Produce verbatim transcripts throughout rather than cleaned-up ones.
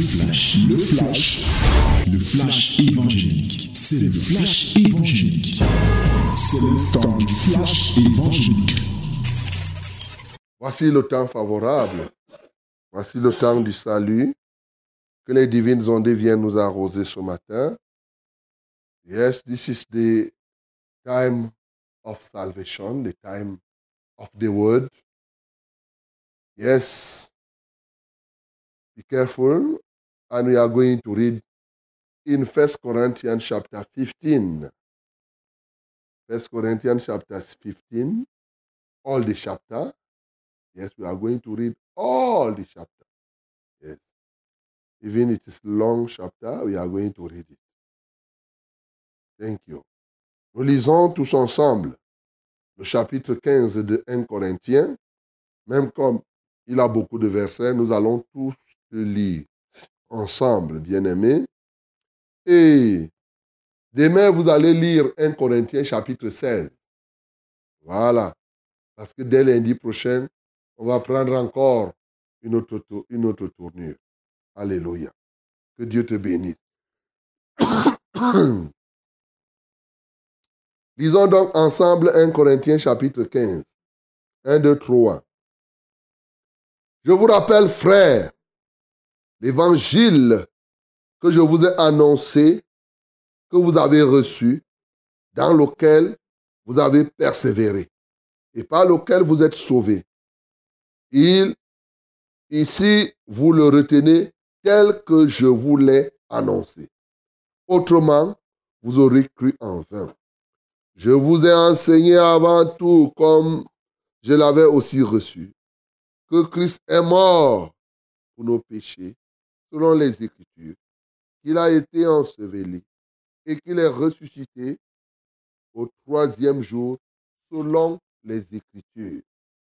flash, le flash, le flash évangélique. C'est le flash évangélique. C'est le temps du flash évangélique. Voici le temps favorable. Voici le temps du salut. Que les divines ondes viennent nous arroser ce matin. Yes, this is the time of salvation, the time of the word. Yes, be careful. And we are going to read in First Corinthians chapter fifteen. First Corinthians chapter fifteen, all the chapter. Yes, we are going to read all the chapter. Yes. Even it is long chapter, we are going to read it. Thank you. Nous lisons tous ensemble le chapitre quinze de Premier Corinthiens. Même comme il a beaucoup de versets, nous allons tous le lire ensemble, bien-aimés. Et demain, vous allez lire Premier Corinthiens chapitre seize. Voilà. Parce que dès lundi prochain, on va prendre encore une autre, une autre tournure. Alléluia. Que Dieu te bénisse. Lisons donc ensemble Premier Corinthiens chapitre quinze. un, deux, trois. Je vous rappelle, frères, l'évangile que je vous ai annoncé, que vous avez reçu, dans lequel vous avez persévéré, et par lequel vous êtes sauvés. Il, ici, vous le retenez tel que je vous l'ai annoncé. Autrement, vous aurez cru en vain. Je vous ai enseigné avant tout, comme je l'avais aussi reçu, que Christ est mort pour nos péchés, selon les Écritures, qu'il a été enseveli et qu'il est ressuscité au troisième jour, selon les Écritures,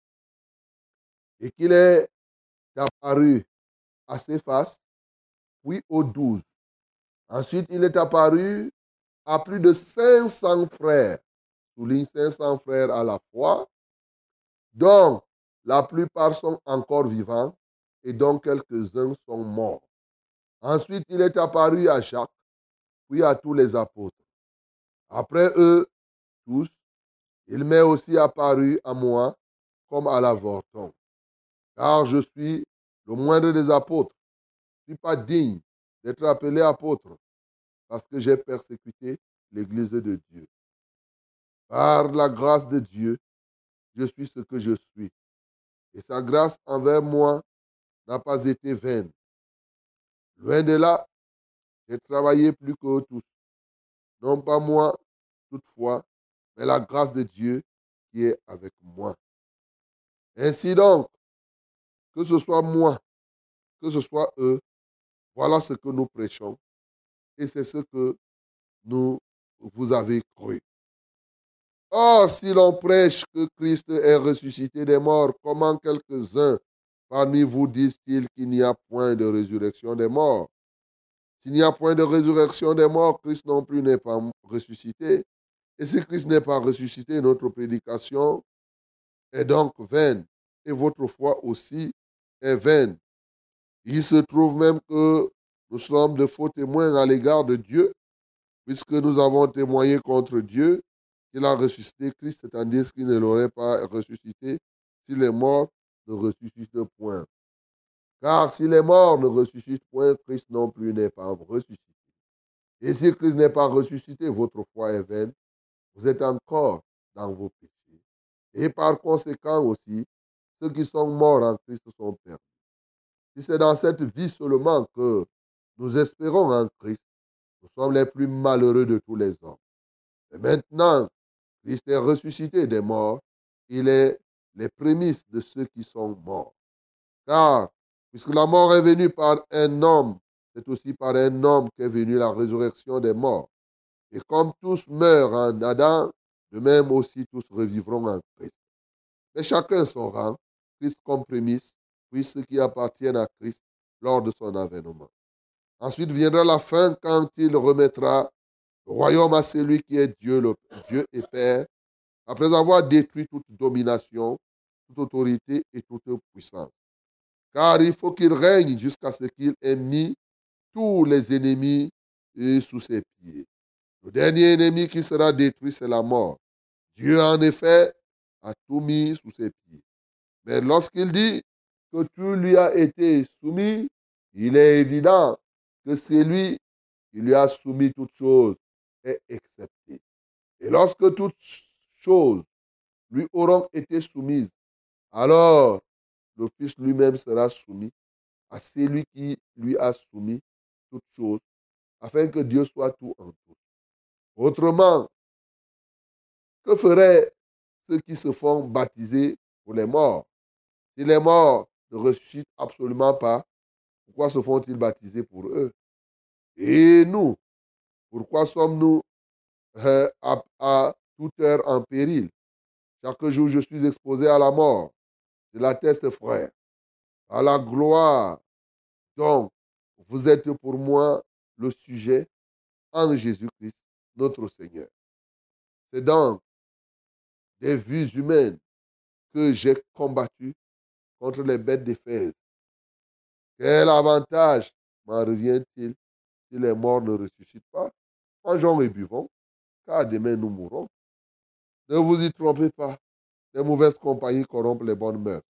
et qu'il est apparu à Céphas, puis aux douze. Ensuite, il est apparu à plus de cinq cents frères, souligne cinq cents frères à la fois, dont la plupart sont encore vivants et dont quelques-uns sont morts. Ensuite, il est apparu à Jacques, puis à tous les apôtres. Après eux tous, il m'est aussi apparu à moi comme à l'avorton, car je suis le moindre des apôtres. Je ne suis pas digne d'être appelé apôtre, parce que j'ai persécuté l'Église de Dieu. Par la grâce de Dieu, je suis ce que je suis. Et sa grâce envers moi n'a pas été vaine. Loin de là, j'ai travaillé plus que tous. Non pas moi, toutefois, mais la grâce de Dieu qui est avec moi. Ainsi donc, que ce soit moi, que ce soit eux, voilà ce que nous prêchons. Et c'est ce que nous vous avez cru. Or, si l'on prêche que Christ est ressuscité des morts, comment quelques-uns parmi vous disent-ils qu'il n'y a point de résurrection des morts? S'il n'y a point de résurrection des morts, Christ non plus n'est pas ressuscité. Et si Christ n'est pas ressuscité, notre prédication est donc vaine. Et votre foi aussi est vaine. Il se trouve même que nous sommes de faux témoins à l'égard de Dieu, puisque nous avons témoigné contre Dieu qu'il a ressuscité Christ, tandis qu'il ne l'aurait pas ressuscité si les morts ne ressuscitent point. Car si les morts ne ressuscitent point, Christ non plus n'est pas ressuscité. Et si Christ n'est pas ressuscité, votre foi est vaine. Vous êtes encore dans vos péchés. Et par conséquent aussi, ceux qui sont morts en Christ sont perdus. Si c'est dans cette vie seulement que nous espérons en Christ, nous sommes les plus malheureux de tous les hommes. Et maintenant, Christ est ressuscité des morts. Il est les prémices de ceux qui sont morts. Car, puisque la mort est venue par un homme, c'est aussi par un homme qu'est venue la résurrection des morts. Et comme tous meurent en Adam, de même aussi tous revivront en Christ. Mais chacun son rang, Christ comme prémisse, puis ceux qui appartiennent à Christ lors de son avènement. Ensuite viendra la fin quand il remettra le royaume à celui qui est Dieu, le Dieu et Père, après avoir détruit toute domination, toute autorité et toute puissance. Car il faut qu'il règne jusqu'à ce qu'il ait mis tous les ennemis et sous ses pieds. Le dernier ennemi qui sera détruit, c'est la mort. Dieu, en effet, a tout mis sous ses pieds. Mais lorsqu'il dit que tout lui a été soumis, il est évident que c'est lui qui lui a soumis toutes choses est excepté. Et lorsque toutes choses lui auront été soumises, alors le Fils lui-même sera soumis à celui qui lui a soumis toutes choses, afin que Dieu soit tout en tout. Autrement, que feraient ceux qui se font baptiser pour les morts? Si les morts ne ressuscitent absolument pas, pourquoi se font-ils baptiser pour eux? Et nous, pourquoi sommes-nous euh, à, à toute heure en péril? Chaque jour, je suis exposé à la mort. Je l'atteste, frère. À la gloire. Donc, vous êtes pour moi le sujet en Jésus-Christ, notre Seigneur. C'est donc des vues humaines que j'ai combattu contre les bêtes d'Éphèse. Quel avantage m'en revient-il si les morts ne ressuscitent pas? Mangeons et buvons, car demain nous mourrons. Ne vous y trompez pas. Les mauvaises compagnies corrompent les bonnes mœurs.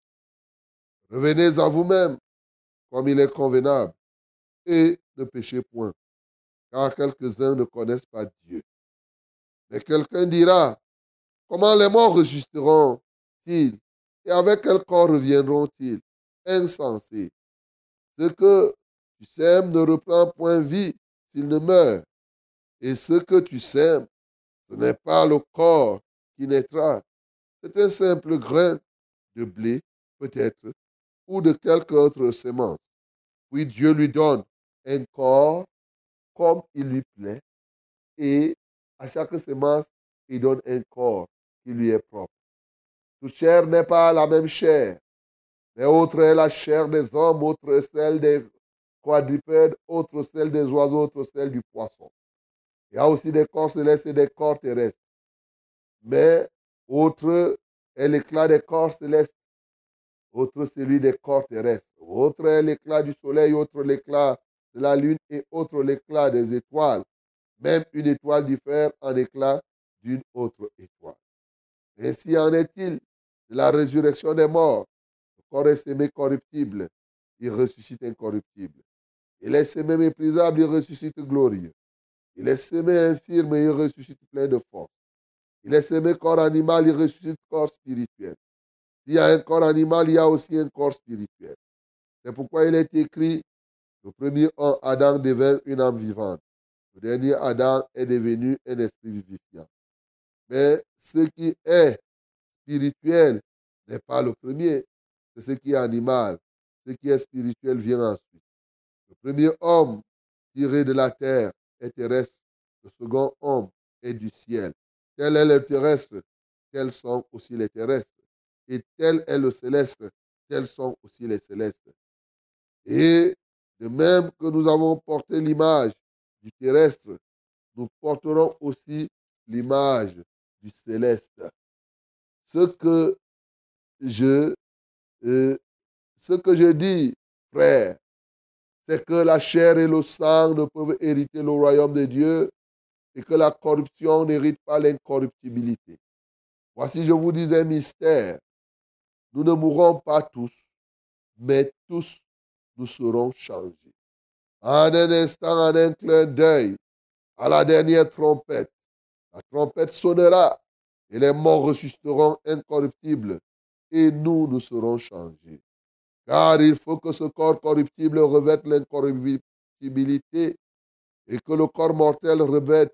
Revenez à vous-même comme il est convenable et ne péchez point, car quelques-uns ne connaissent pas Dieu. Mais quelqu'un dira, comment les morts ressusciteront-ils et avec quel corps reviendront-ils? Insensé. Ce que tu sèmes ne reprend point vie s'il ne meurt. Et ce que tu sèmes, ce n'est pas le corps qui naîtra. C'est un simple grain de blé, peut-être, ou de quelque autre semence. Puis Dieu lui donne un corps comme il lui plaît, et à chaque semence, il donne un corps qui lui est propre. Toute chair n'est pas la même chair, mais autre est la chair des hommes, autre est celle des quadrupèdes, autre celle des oiseaux, autre celle du poisson. Il y a aussi des corps célestes et des corps terrestres. Mais autre est l'éclat des corps célestes, autre celui des corps terrestres. Autre est l'éclat du soleil, autre l'éclat de la lune et autre l'éclat des étoiles. Même une étoile diffère en éclat d'une autre étoile. Ainsi en est-il de la résurrection des morts. Le corps est sémé corruptible, il ressuscite incorruptible. Il est sémé méprisable, il ressuscite glorieux. Il est sémé infirme et il ressuscite plein de force. Il est sémé corps animal, il ressuscite corps spirituel. S'il y a un corps animal, il y a aussi un corps spirituel. C'est pourquoi il est écrit, le premier homme, Adam, devint une âme vivante. Le dernier Adam est devenu un esprit vivifiant. Mais ce qui est spirituel n'est pas le premier, c'est ce qui est animal. Ce qui est spirituel vient ensuite. Le premier homme tiré de la terre est terrestre. Le second homme est du ciel. Tel est le terrestre, tels sont aussi les terrestres. Et tel est le céleste, tels sont aussi les célestes. Et de même que nous avons porté l'image du terrestre, nous porterons aussi l'image du céleste. Ce que je, euh, ce que je dis, frère, c'est que la chair et le sang ne peuvent hériter le royaume de Dieu et que la corruption n'hérite pas l'incorruptibilité. Voici, je vous dis un mystère. Nous ne mourrons pas tous, mais tous nous serons changés. En un instant, en un clin d'œil, à la dernière trompette, la trompette sonnera et les morts ressusciteront incorruptibles et nous, nous serons changés. Car il faut que ce corps corruptible revête l'incorruptibilité et que le corps mortel revête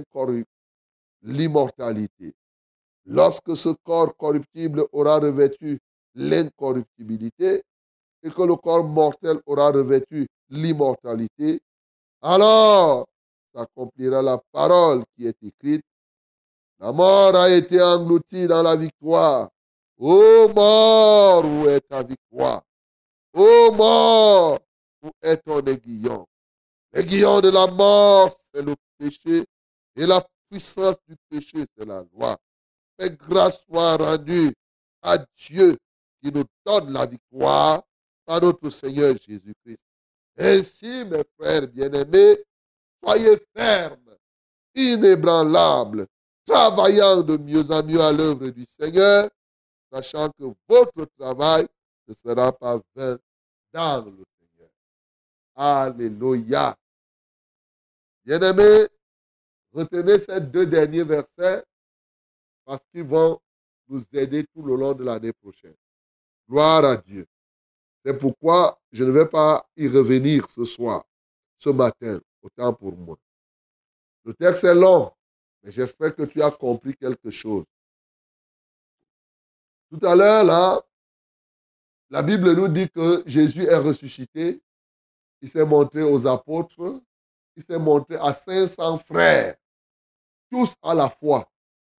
l'immortalité. Lorsque ce corps corruptible aura revêtu l'incorruptibilité et que le corps mortel aura revêtu l'immortalité, alors s'accomplira la parole qui est écrite. La mort a été engloutie dans la victoire. Ô mort, où est ta victoire? Ô mort, où est ton aiguillon? L'aiguillon de la mort, c'est le péché, et la puissance du péché, c'est la loi. Mais grâce soit rendue à Dieu qui nous donne la victoire par notre Seigneur Jésus-Christ. Ainsi, mes frères bien-aimés, soyez fermes, inébranlables, travaillant de mieux en mieux à l'œuvre du Seigneur, sachant que votre travail ne sera pas vain dans le Seigneur. Alléluia. Bien-aimés, retenez ces deux derniers versets parce qu'ils vont nous aider tout le long de l'année prochaine. Gloire à Dieu. C'est pourquoi je ne vais pas y revenir ce soir, ce matin, autant pour moi. Le texte est long, mais j'espère que tu as compris quelque chose. Tout à l'heure, là, la Bible nous dit que Jésus est ressuscité. Il s'est montré aux apôtres. Il s'est montré à cinq cents frères, tous à la fois.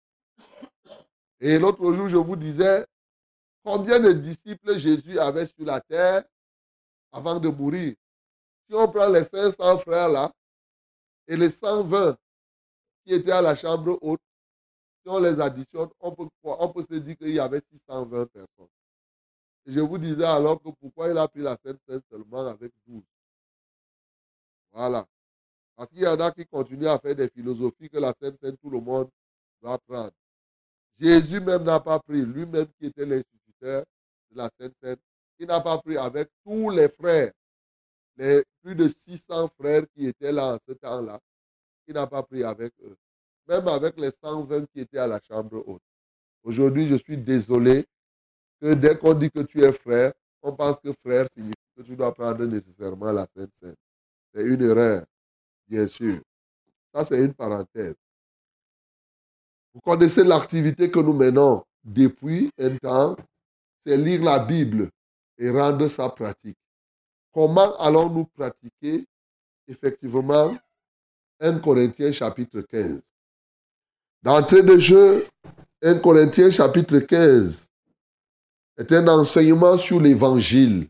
Et l'autre jour, je vous disais, combien de disciples Jésus avait sur la terre avant de mourir? Si on prend les cinq cents frères là, et les cent vingt qui étaient à la chambre haute, si on les additionne, on peut, on peut se dire qu'il y avait six cent vingt personnes. Et je vous disais alors que pourquoi il a pris la Sainte Seine seulement avec douze. Voilà. Parce qu'il y en a qui continuent à faire des philosophies que la Sainte Seine, tout le monde doit prendre. Jésus même n'a pas pris, lui-même qui était l'instituteur de la Sainte Seine, il n'a pas pris avec tous les frères, les plus de six cents frères qui étaient là en ce temps-là, il n'a pas pris avec eux. Même avec les cent vingt qui étaient à la chambre haute. Aujourd'hui, je suis désolé que dès qu'on dit que tu es frère, on pense que frère signifie que tu dois prendre nécessairement la Sainte Seine. C'est une erreur, bien sûr. Ça, c'est une parenthèse. Vous connaissez l'activité que nous menons depuis un temps, c'est lire la Bible et rendre ça pratique. Comment allons-nous pratiquer effectivement un Corinthiens chapitre quinze? D'entrée de jeu, un Corinthiens chapitre quinze est un enseignement sur l'évangile.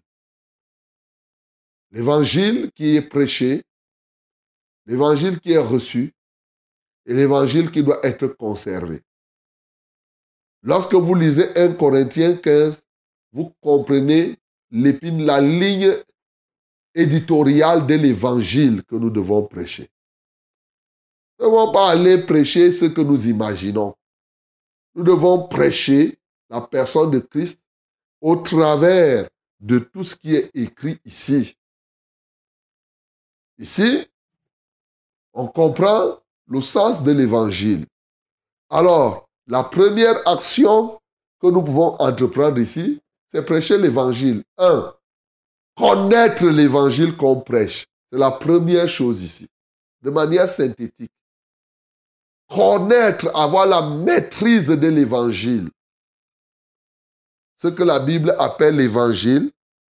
L'évangile qui est prêché, l'évangile qui est reçu et l'évangile qui doit être conservé. Lorsque vous lisez un Corinthiens quinze, vous comprenez l'épine, la ligne éditoriale de l'évangile que nous devons prêcher. Nous ne devons pas aller prêcher ce que nous imaginons. Nous devons prêcher la personne de Christ au travers de tout ce qui est écrit ici. Ici, on comprend le sens de l'évangile. Alors, la première action que nous pouvons entreprendre ici, c'est prêcher l'évangile. Un, connaître l'évangile qu'on prêche. C'est la première chose ici, de manière synthétique. Connaître, avoir la maîtrise de l'évangile. Ce que la Bible appelle l'évangile,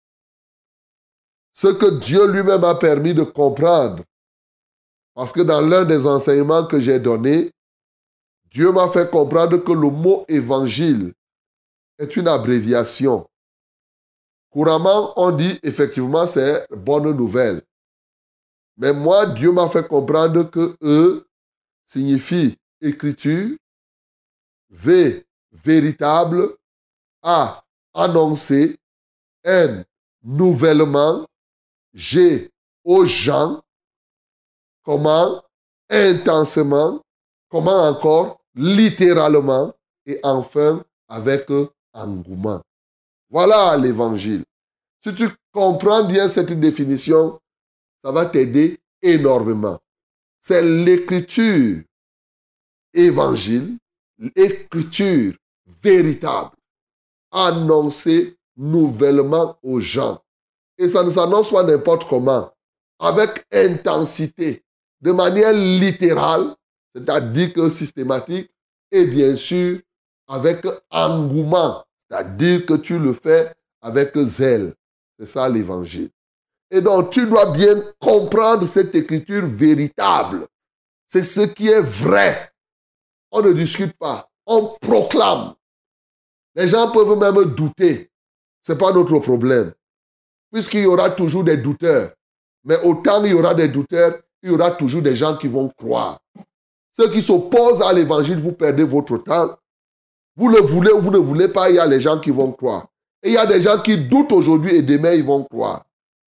ce que Dieu lui-même a permis de comprendre. Parce que dans l'un des enseignements que j'ai donnés, Dieu m'a fait comprendre que le mot évangile est une abréviation. Couramment, on dit effectivement c'est bonne nouvelle. Mais moi, Dieu m'a fait comprendre que E signifie écriture, V, véritable, A, annoncé, N, nouvellement, G, aux gens, comment, intensément, comment encore, littéralement, et enfin avec engouement. Voilà l'évangile. Si tu comprends bien cette définition, ça va t'aider énormément. C'est l'écriture évangile, l'écriture véritable, annoncée nouvellement aux gens. Et ça ne s'annonce pas n'importe comment, avec intensité, de manière littérale, c'est-à-dire que systématique, et bien sûr, avec engouement, c'est-à-dire que tu le fais avec zèle. C'est ça l'évangile. Et donc, tu dois bien comprendre cette écriture véritable. C'est ce qui est vrai. On ne discute pas. On proclame. Les gens peuvent même douter. Ce n'est pas notre problème. Puisqu'il y aura toujours des douteurs. Mais autant il y aura des douteurs, il y aura toujours des gens qui vont croire. Ceux qui s'opposent à l'évangile, vous perdez votre temps. Vous le voulez ou vous ne voulez pas, il y a les gens qui vont croire. Et il y a des gens qui doutent aujourd'hui et demain, ils vont croire.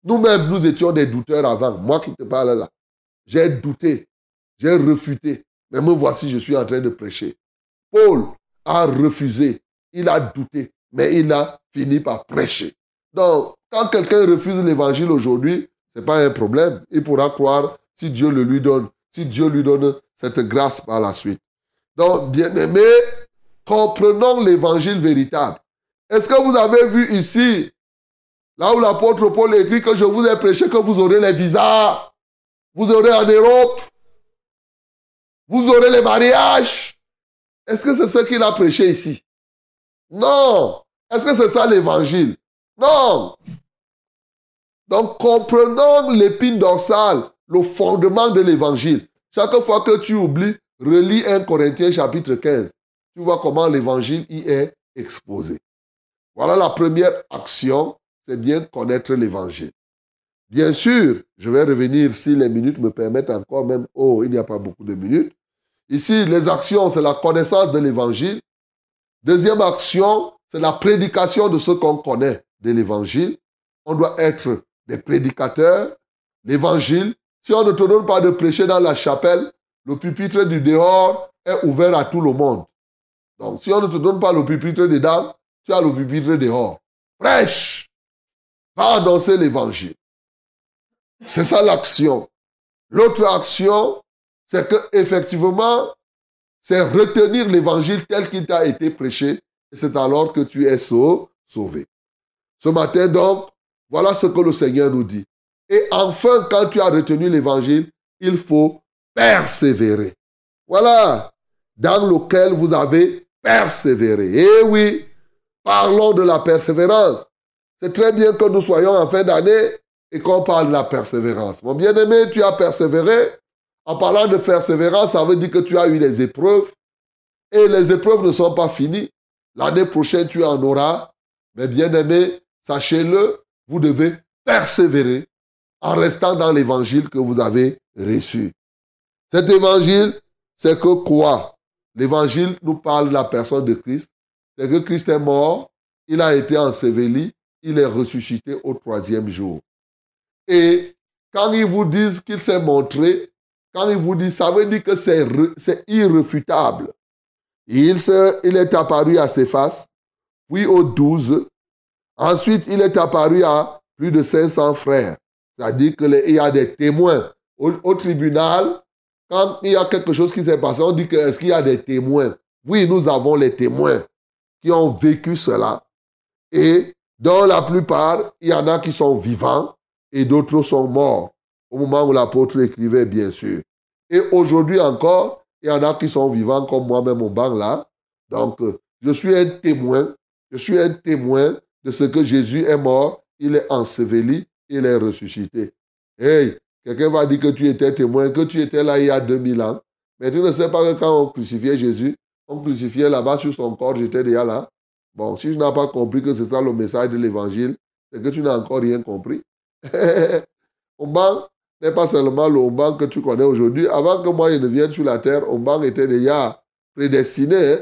Nous-mêmes, nous étions des douteurs avant. Moi qui te parle là, j'ai douté, j'ai refuté. Mais me voici, je suis en train de prêcher. Paul a refusé, il a douté, mais il a fini par prêcher. Donc, quand quelqu'un refuse l'évangile aujourd'hui, ce n'est pas un problème. Il pourra croire si Dieu le lui donne, si Dieu lui donne cette grâce par la suite. Donc, bien-aimés, comprenons l'évangile véritable. Est-ce que vous avez vu ici, là où l'apôtre Paul écrit que je vous ai prêché que vous aurez les visas, vous aurez en Europe, vous aurez les mariages? Est-ce que c'est ce qu'il a prêché ici? Non. Est-ce que c'est ça l'évangile? Non. Donc, comprenons l'épine dorsale, le fondement de l'évangile. Chaque fois que tu oublies, relis un Corinthiens chapitre quinze. Tu vois comment l'évangile y est exposé. Voilà la première action, c'est bien connaître l'évangile. Bien sûr, je vais revenir si les minutes me permettent encore, même, oh, il n'y a pas beaucoup de minutes. Ici, les actions, c'est la connaissance de l'évangile. Deuxième action, c'est la prédication de ce qu'on connaît de l'évangile. On doit être des prédicateurs. L'évangile, si on ne te donne pas de prêcher dans la chapelle, le pupitre du dehors est ouvert à tout le monde. Donc, si on ne te donne pas le pupitre dedans, tu as le pupitre dehors. Prêche! Va annoncer l'évangile. C'est ça l'action. L'autre action, c'est que effectivement, c'est retenir l'évangile tel qu'il t'a été prêché, et c'est alors que tu es sauvé. Ce matin donc, voilà ce que le Seigneur nous dit. Et enfin, quand tu as retenu l'évangile, il faut persévérer. Voilà, dans lequel vous avez persévéré. Eh oui, parlons de la persévérance. C'est très bien que nous soyons en fin d'année et qu'on parle de la persévérance. Mon bien-aimé, tu as persévéré. En parlant de persévérance, ça veut dire que tu as eu des épreuves. Et les épreuves ne sont pas finies. L'année prochaine, tu en auras. Mais bien-aimé, sachez-le, vous devez persévérer en restant dans l'évangile que vous avez reçu. Cet évangile, c'est que quoi? L'évangile nous parle de la personne de Christ. C'est que Christ est mort, il a été enseveli, il est ressuscité au troisième jour. Et quand ils vous disent qu'il s'est montré, quand ils vous disent, ça veut dire que c'est, c'est irréfutable. Il, se, il est apparu à Céphas, puis aux douze. Ensuite, il est apparu à plus de cinq cents frères. C'est-à-dire qu'il y a des témoins. Au, au tribunal, quand il y a quelque chose qui s'est passé, on dit que, est-ce qu'il y a des témoins? Oui, nous avons les témoins qui ont vécu cela. Et dans la plupart, il y en a qui sont vivants et d'autres sont morts. Au moment où l'apôtre écrivait, bien sûr. Et aujourd'hui encore, il y en a qui sont vivants comme moi-même au banc là. Donc, je suis un témoin. Je suis un témoin de ce que Jésus est mort, il est enseveli, il est ressuscité. Hey, quelqu'un va dire que tu étais témoin, que tu étais là il y a deux mille ans. Mais tu ne sais pas que quand on crucifiait Jésus, on crucifiait là-bas sur son corps, j'étais déjà là. Bon, si je n'ai pas compris que c'est ça le message de l'évangile, c'est que tu n'as encore rien compris. Omban n'est pas seulement le Omban que tu connais aujourd'hui. Avant que moi je ne vienne sur la terre, Omban était déjà prédestiné.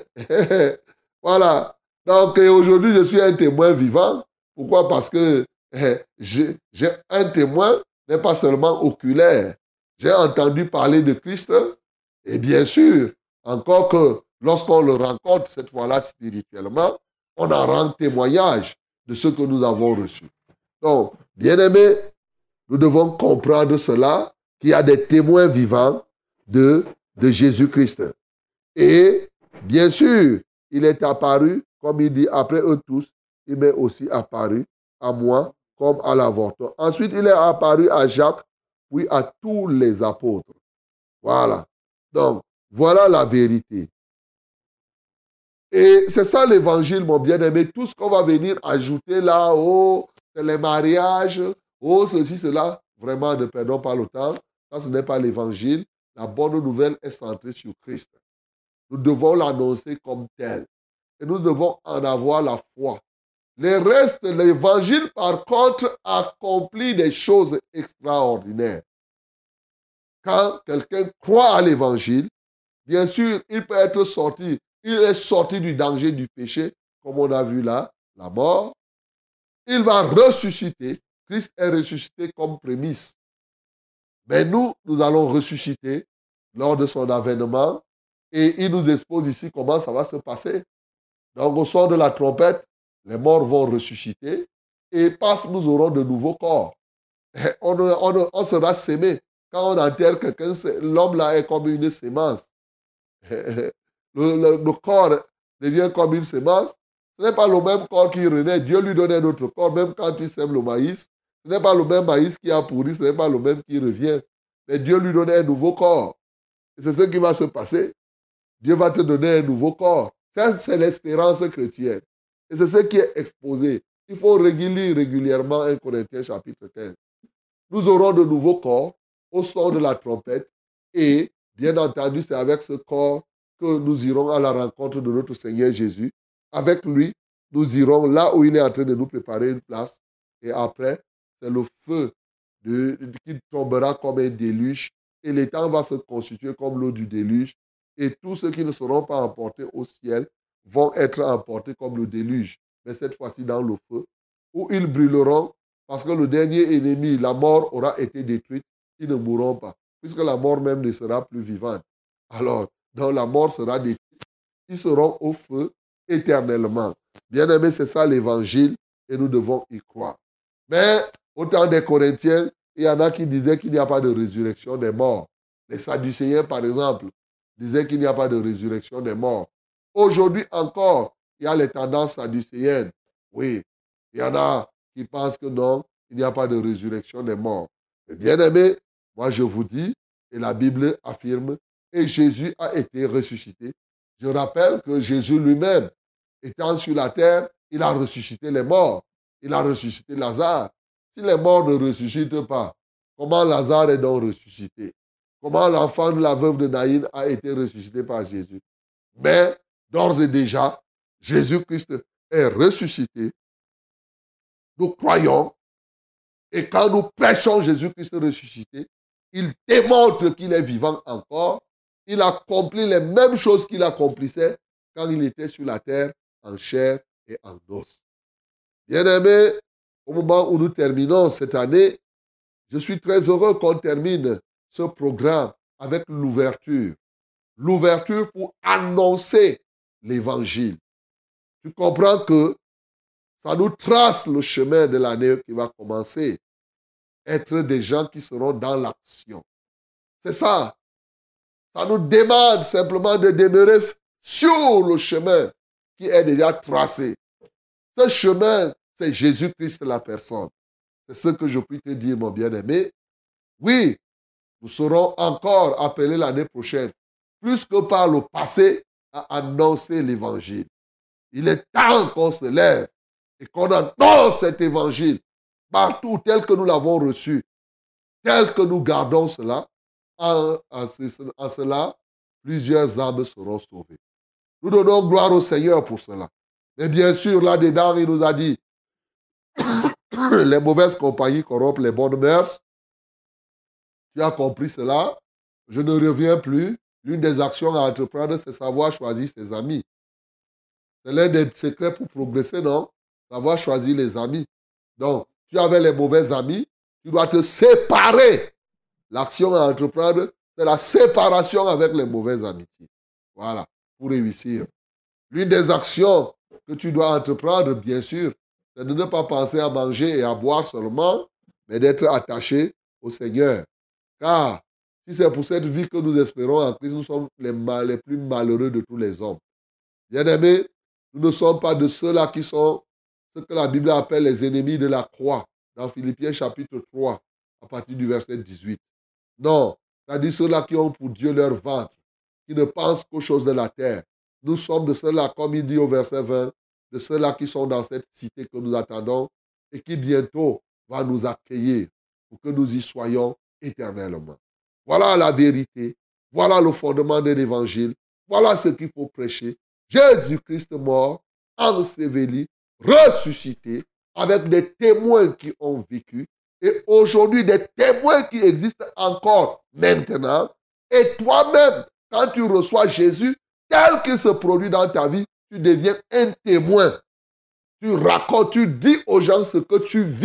Voilà. Donc aujourd'hui, je suis un témoin vivant. Pourquoi? Parce que j'ai, j'ai un témoin, n'est pas seulement oculaire. J'ai entendu parler de Christ. Et bien sûr, encore que lorsqu'on le rencontre, cette fois-là spirituellement, on en rend témoignage de ce que nous avons reçu. Donc, bien-aimés, nous devons comprendre cela, qu'il y a des témoins vivants de, de Jésus-Christ. Et, bien sûr, il est apparu, comme il dit, après eux tous, il m'est aussi apparu à moi comme à l'avorton. Ensuite, il est apparu à Jacques, puis à tous les apôtres. Voilà. Donc, voilà la vérité. Et c'est ça l'évangile, mon bien-aimé. Tout ce qu'on va venir ajouter là, oh, c'est les mariages, oh, ceci, cela, vraiment, ne perdons pas le temps. Ça, ce n'est pas l'évangile. La bonne nouvelle est centrée sur Christ. Nous devons l'annoncer comme tel. Et nous devons en avoir la foi. Les restes, l'évangile, par contre, accomplit des choses extraordinaires. Quand quelqu'un croit à l'évangile, bien sûr, il peut être sorti. Il est sorti du danger du péché, comme on a vu là, la mort. Il va ressusciter. Christ est ressuscité comme prémisse. Mais nous, nous allons ressusciter lors de son avènement et il nous expose ici comment ça va se passer. Donc, au son de la trompette, les morts vont ressusciter et paf, nous aurons de nouveaux corps. On, on, on sera sémé. Quand on enterre quelqu'un, l'homme là est comme une sémence. Le, le, le corps devient comme une sémence. Ce n'est pas le même corps qui renaît. Dieu lui donne un autre corps, même quand tu sèmes le maïs. Ce n'est pas le même maïs qui a pourri, ce n'est pas le même qui revient. Mais Dieu lui donne un nouveau corps. Et c'est ce qui va se passer. Dieu va te donner un nouveau corps. Ça, c'est l'espérance chrétienne. Et c'est ce qui est exposé. Il faut relire régulièrement un Corinthiens chapitre quinze. Nous aurons de nouveaux corps au son de la trompette. Et, bien entendu, c'est avec ce corps que nous irons à la rencontre de notre Seigneur Jésus. Avec lui, nous irons là où il est en train de nous préparer une place. Et après, c'est le feu de, de, qui tombera comme un déluge. Et l'étang va se constituer comme l'eau du déluge. Et tous ceux qui ne seront pas emportés au ciel vont être emportés comme le déluge. Mais cette fois-ci dans le feu, où ils brûleront, parce que le dernier ennemi, la mort, aura été détruite. Ils ne mourront pas, puisque la mort même ne sera plus vivante. Alors, dans la mort sera détruite. Ils seront au feu éternellement. Bien-aimés, c'est ça l'évangile et nous devons y croire. Mais au temps des Corinthiens, il y en a qui disaient qu'il n'y a pas de résurrection des morts. Les Sadducéens, par exemple, disaient qu'il n'y a pas de résurrection des morts. Aujourd'hui encore, il y a les tendances sadducéennes. Oui, il y en a qui pensent que non, il n'y a pas de résurrection des morts. Mais bien-aimés, moi je vous dis, et la Bible affirme, et Jésus a été ressuscité. Je rappelle que Jésus lui-même, étant sur la terre, il a ressuscité les morts. Il a ressuscité Lazare. Si les morts ne ressuscitent pas, comment Lazare est donc ressuscité? Comment l'enfant de la veuve de Naïn a été ressuscité par Jésus? Mais, d'ores et déjà, Jésus-Christ est ressuscité. Nous croyons, et quand nous prêchons Jésus-Christ ressuscité, il démontre qu'il est vivant encore. Il accomplit les mêmes choses qu'il accomplissait quand il était sur la terre, en chair et en os. Bien-aimés, au moment où nous terminons cette année, je suis très heureux qu'on termine ce programme avec l'ouverture. L'ouverture pour annoncer l'évangile. Tu comprends que ça nous trace le chemin de l'année qui va commencer. Être des gens qui seront dans l'action. C'est ça. Ça nous demande simplement de demeurer sur le chemin qui est déjà tracé. Ce chemin, c'est Jésus-Christ la personne. C'est ce que je puis te dire, mon bien-aimé. Oui, nous serons encore appelés l'année prochaine, plus que par le passé, à annoncer l'évangile. Il est temps qu'on se lève et qu'on annonce cet évangile partout tel que nous l'avons reçu, tel que nous gardons cela. En, en, en cela, plusieurs âmes seront sauvées. Nous donnons gloire au Seigneur pour cela. Mais bien sûr, là-dedans, il nous a dit les mauvaises compagnies corrompent les bonnes mœurs. Tu as compris cela. Je ne reviens plus. L'une des actions à entreprendre, c'est savoir choisir ses amis. C'est l'un des secrets pour progresser, non? Savoir choisir les amis. Donc, tu avais les mauvais amis, tu dois te séparer. L'action à entreprendre, c'est la séparation avec les mauvaises amitiés. Voilà, pour réussir. L'une des actions que tu dois entreprendre, bien sûr, c'est de ne pas penser à manger et à boire seulement, mais d'être attaché au Seigneur. Car si c'est pour cette vie que nous espérons en Christ, nous sommes les, mal, les plus malheureux de tous les hommes. Bien-aimés, nous ne sommes pas de ceux-là qui sont ce que la Bible appelle les ennemis de la croix, dans Philippiens chapitre trois, à partir du verset dix-huit. Non, c'est-à-dire ceux-là qui ont pour Dieu leur ventre, qui ne pensent qu'aux choses de la terre. Nous sommes de ceux-là, comme il dit au verset vingt, de ceux-là qui sont dans cette cité que nous attendons et qui bientôt va nous accueillir pour que nous y soyons éternellement. Voilà la vérité. Voilà le fondement de l'évangile. Voilà ce qu'il faut prêcher. Jésus-Christ mort, enseveli, ressuscité, avec des témoins qui ont vécu. Et aujourd'hui, des témoins qui existent encore maintenant. Et toi-même, quand tu reçois Jésus, tel qu'il se produit dans ta vie, tu deviens un témoin. Tu racontes, tu dis aux gens ce que tu vis.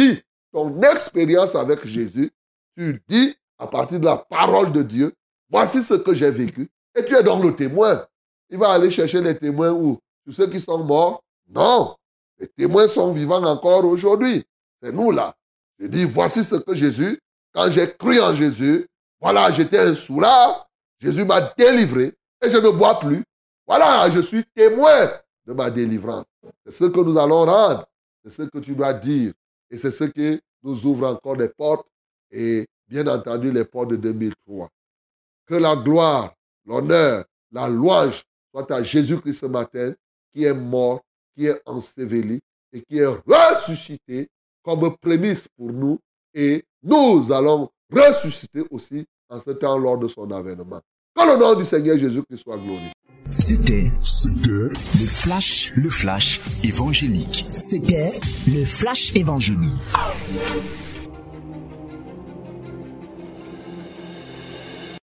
ton expérience avec Jésus, tu dis à partir de la parole de Dieu, voici ce que j'ai vécu. Et tu es donc le témoin. Il va aller chercher les témoins où? Tous ceux qui sont morts? Non. Les témoins sont vivants encore aujourd'hui. C'est nous là. Je dis, voici ce que Jésus, quand j'ai cru en Jésus, voilà, j'étais un soulard, Jésus m'a délivré et je ne bois plus. Voilà, je suis témoin de ma délivrance. C'est ce que nous allons rendre. C'est ce que tu dois dire. Et c'est ce qui nous ouvre encore des portes et bien entendu les portes de deux mille trois. Que la gloire, l'honneur, la louange soit à Jésus-Christ ce matin, qui est mort, qui est enseveli et qui est ressuscité comme prémisse pour nous. Et nous allons ressusciter aussi en ce temps lors de son avènement. Que le nom du Seigneur Jésus-Christ soit glorifié. C'était, C'était le flash, le flash évangélique. C'était le flash évangélique.